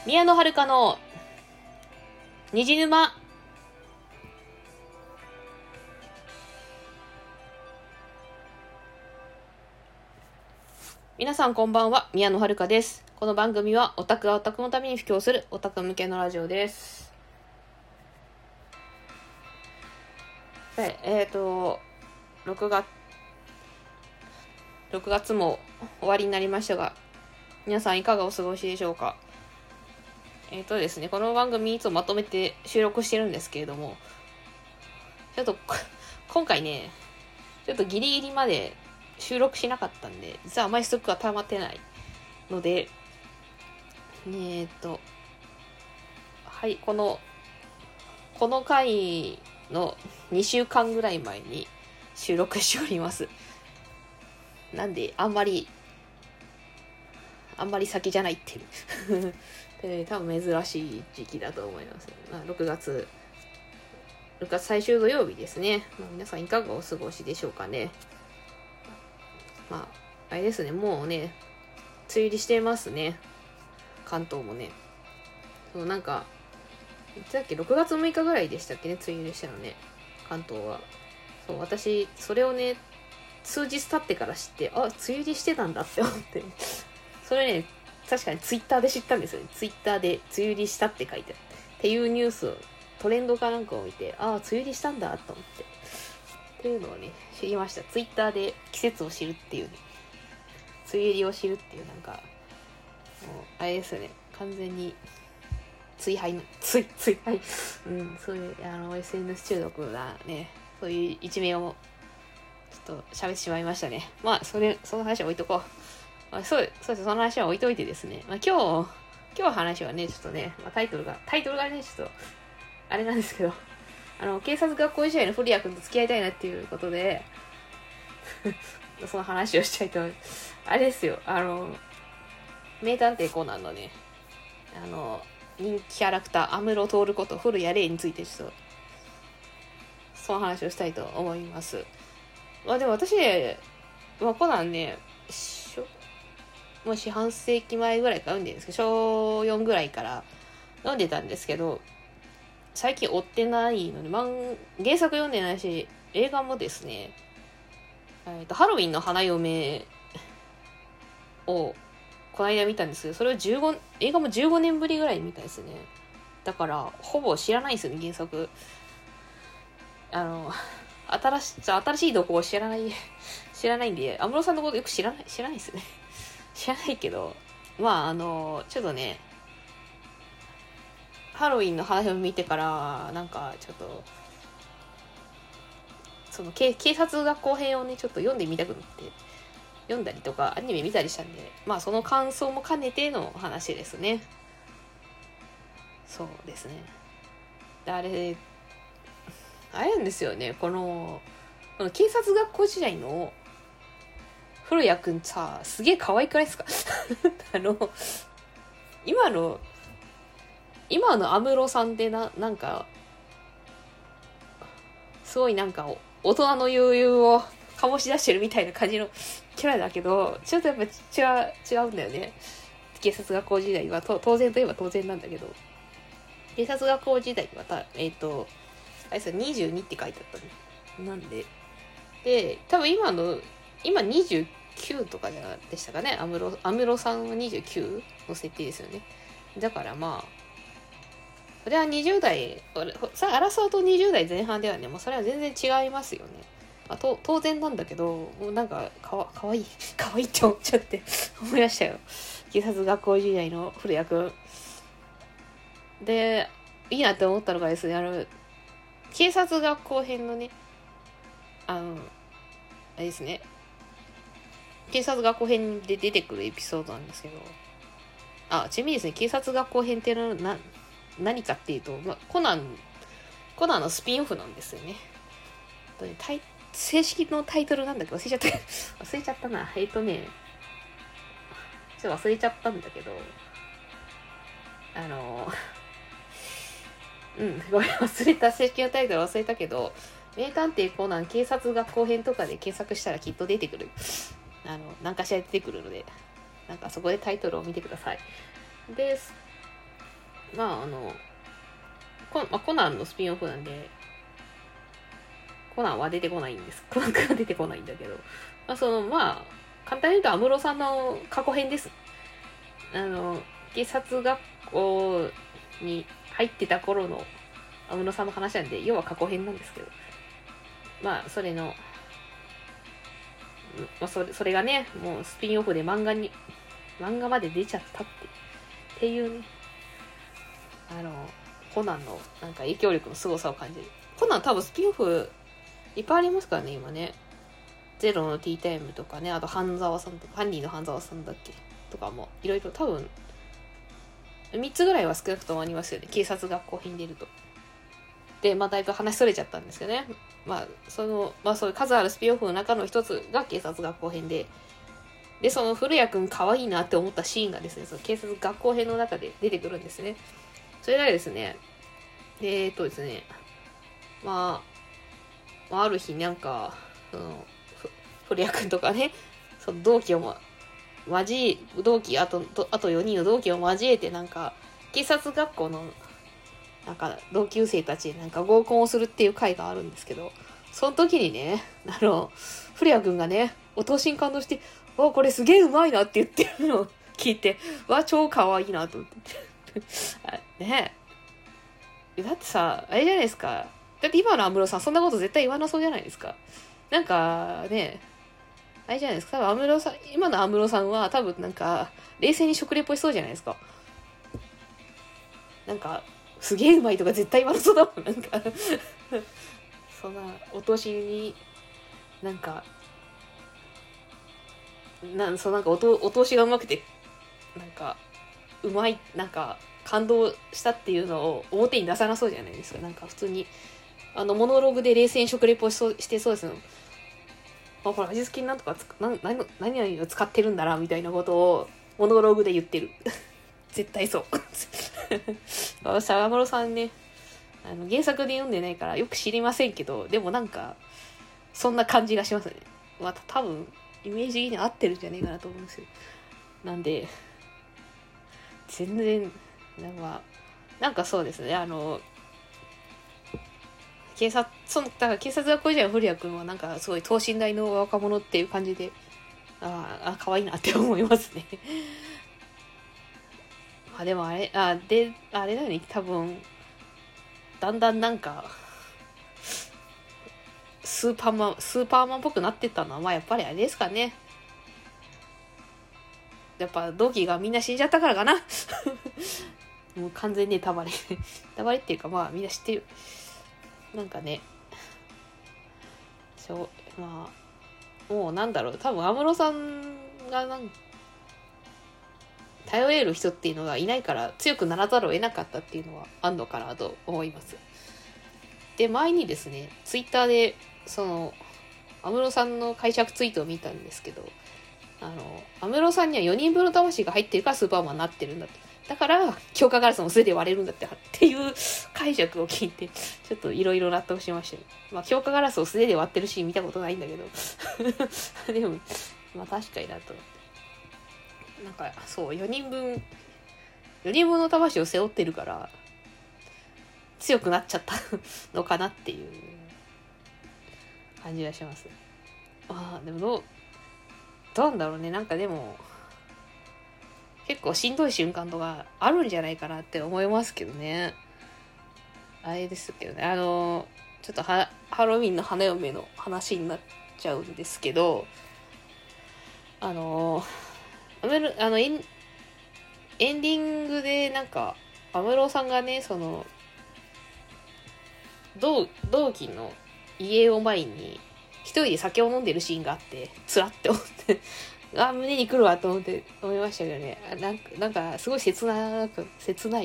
宮野遥の虹沼。皆さんこんばんは、宮野遥です。この番組はオタクがオタクのために布教するオタク向けのラジオです。はい、6月も終わりになりましたが、皆さんいかがお過ごしでしょうか。ですね、この番組いつもまとめて収録してるんですけれども、ちょっと今回ね、ちょっとギリギリまで収録しなかったんで、実はあまりストックが溜まってないので、はい、この回の2週間ぐらい前に収録しております。なんであんまり先じゃないっていうで、多分珍しい時期だと思います。6月最終土曜日ですね。皆さんいかがお過ごしでしょうかね。あれですね、もうね、梅雨入りしてますね。関東もね。そうなんかいつだっけ、6月6日ぐらいでしたっけね、梅雨入りしたのね、関東は。そう、私それをね、数日経ってから知って、梅雨入りしてたんだって思ってそれね、確かにツイッターで知ったんですよね。ツイッターで梅雨入りしたって書いてあるっていうニュースを、トレンドかなんかを見て、梅雨入りしたんだと思ってっていうのをね、知りました。ツイッターで季節を知るっていうね、梅雨入りを知るっていう、なんかもうあれですよね、完全に追廃、そういうSNS 中毒なね、そういう一面をちょっと喋ってしまいましたね。その話は置いとこう。そうです。その話は置いといてですね。今日話はね、ちょっとね、タイトルがね、ちょっとあれなんですけど、警察学校時代の古谷君と付き合いたいなっていうことでその話をしたいと思います。あれですよ、名探偵コナンのね、人気キャラクター、安室透こと古谷玲についてちょっとその話をしたいと思います。でも私ね、コナンね、もう四半世紀前ぐらいから読んでるんですけど、小4ぐらいから読んでたんですけど、最近追ってないので、原作読んでないし、映画もですね、ハロウィンの花嫁をこの間見たんですけど、それを映画も15年ぶりぐらい見たんですね。だからほぼ知らないんですよね、原作。新しい動向を知らないんで、安室さんのことよく知らないですよね知らないけど、ちょっとね、ハロウィンの話を見てから、なんかちょっとその警察学校編をね、ちょっと読んでみたくなって読んだりとかアニメ見たりしたんで、その感想も兼ねての話ですね。そうですね。あれなんですよね、この警察学校時代の古谷くんさ、すげえ可愛くないですか今の安室さんでなんかすごいなんか大人の悠々を醸し出してるみたいな感じのキャラだけど、ちょっとやっぱ違うんだよね。警察学校時代は当然といえば当然なんだけど、警察学校時代はあれさ、22って書いてあったね。なんで多分今29とかでしたかね。安室さんは29の設定ですよね。だからそれは20代、争うと20代前半ではね、それは全然違いますよね。当然なんだけど、もうなんかかわいいって思っちゃって思いましたよ。警察学校時代の古谷くんで、いいなって思ったのがですね、警察学校編のね、あれですね、警察学校編で出てくるエピソードなんですけど、ちなみにですね、警察学校編っていうのは何かっていうと、コナンのスピンオフなんですよね。正式のタイトルなんだっけ、忘れちゃったな。ちょっと忘れちゃったんだけど、ごめん、正式のタイトル忘れたけど、名探偵コナン警察学校編とかで検索したらきっと出てくる。何かしら出てくるので、なんかそこでタイトルを見てください。 まあコナンのスピンオフなんで、コナンは出てこないんです。コナンが出てこないんだけど、簡単に言うと安室さんの過去編です。警察学校に入ってた頃の安室さんの話なんで、要は過去編なんですけど、それの、それがね、もうスピンオフで漫画まで出ちゃったっていうね、コナンのなんか影響力の凄さを感じる。コナン多分スピンオフいっぱいありますからね、今ね。ゼロのティータイムとかね、あと半沢さんとか、ハンディの半沢さんだっけとかも、いろいろ多分、3つぐらいは少なくともありますよね。警察学校編出ると。で、だいぶ話それちゃったんですけどね。そういう数あるスピンオフの中の一つが警察学校編で、その古谷くん可愛いなって思ったシーンがですね、その警察学校編の中で出てくるんですね。それがですね、ですね、ある日なんか、古谷くんとかね、その同期あと4人の同期を交えてなんか、警察学校のなんか同級生たちでなんか合コンをするっていう回があるんですけど、その時にね、古谷くんがね、お通しに感動して、これすげえうまいなって言ってるのを聞いて、超可愛いなと思って。ねえ。だってさ、あれじゃないですか。だって今の安室さんそんなこと絶対言わなそうじゃないですか。なんかね、あれじゃないですか。多分今の安室さんは多分なんか、冷静に食レポしそうじゃないですか。なんか、すげえうまいとか絶対言わなそうだもん。なんかそんな、お通しに、なんか、お通しがうまくて、なんか、うまい、なんか、感動したっていうのを表に出さなそうじゃないですか。なんか普通に、モノローグで冷静に食レポしてそうですよ。これ味付けなんとか何々を使ってるんだな、みたいなことを、モノローグで言ってる。絶対そう。安室さんね、原作で読んでないからよく知りませんけど、でもなんか、そんな感じがしますね。多分、イメージ的に合ってるんじゃねえかなと思うんですよ。なんで、全然、なんかそうですね、だから警察学校時代の古谷くんはなんかすごい等身大の若者っていう感じで、可愛いなって思いますね。でもあれだよね、多分、だんだんなんか、スーパーマンっぽくなってったのは、やっぱりあれですかね。やっぱ同期がみんな死んじゃったからかな。もう完全にネタバレ。ネタバレっていうかみんな知ってる。なんかね、もうなんだろう、多分安室さんが頼れる人っていうのがいないから強くならざるを得なかったっていうのはあんのかなと思います。で、前にですね、ツイッターで、安室さんの解釈ツイートを見たんですけど、安室さんには4人分の魂が入ってるからスーパーマンになってるんだと。だから、強化ガラスも素手で割れるんだっていう解釈を聞いて、ちょっといろいろ納得しましたね。強化ガラスを素手で割ってるシーン見たことないんだけど。でも、確かになと思って。なんか、そう、4人分の魂を背負ってるから、強くなっちゃったのかなっていう感じがします。でもどうなんだろうね。なんかでも、結構しんどい瞬間とかあるんじゃないかなって思いますけどね。あれですけどね。ちょっとハロウィンの花嫁の話になっちゃうんですけど、エンディングでなんか、安室さんがね、同期の家を前に一人で酒を飲んでるシーンがあって、つらって思って、胸に来るわと思いましたけどね。なんか、すごい切ない。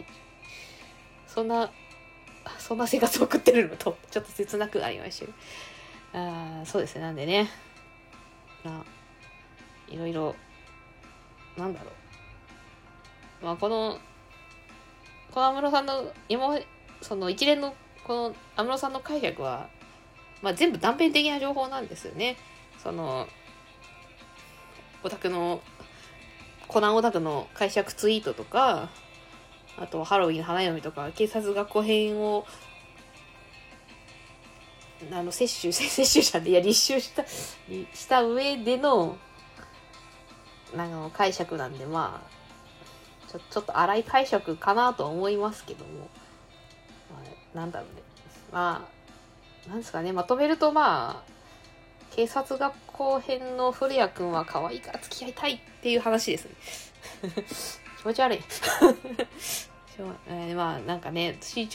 そんな生活を送ってるのと、ちょっと切なくなりましたよ。そうですね。なんでね。いろいろ、なんだろう。この安室さんの、一連の、この安室さんの解釈は、全部断片的な情報なんですよね。コナンオタクの解釈ツイートとか、 あとハロウィン花嫁とか警察学校編を摂取じゃんいや立証した上での解釈なんで、まあちょっと荒い解釈かなとは思いますけども、まあ、なんだろうね、まあなんですかね、まとめると、まあ警察学校編の古谷くんは可愛いから付き合いたいっていう話ですね気持ち悪いまあなんかね、私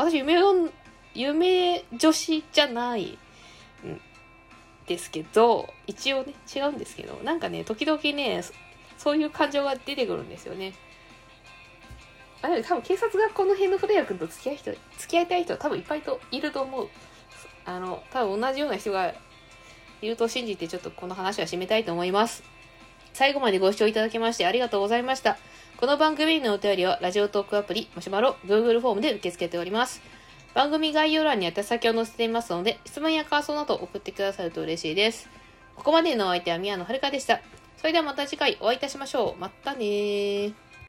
夢女子じゃないんですけど、一応ね違うんですけど、なんかね時々ねそういう感情が出てくるんですよね。でも多分警察学校の辺の古谷君と付き合いたい人は多分いっぱいいると思う。多分同じような人がいると信じて、ちょっとこの話は締めたいと思います。最後までご視聴いただきましてありがとうございました。この番組のお便りはラジオトークアプリマシュマロ Google フォームで受け付けております。番組概要欄に宛先を載せていますので、質問や感想など送ってくださると嬉しいです。ここまでのお相手は宮野遥でした。それではまた次回お会いいたしましょう。またねー。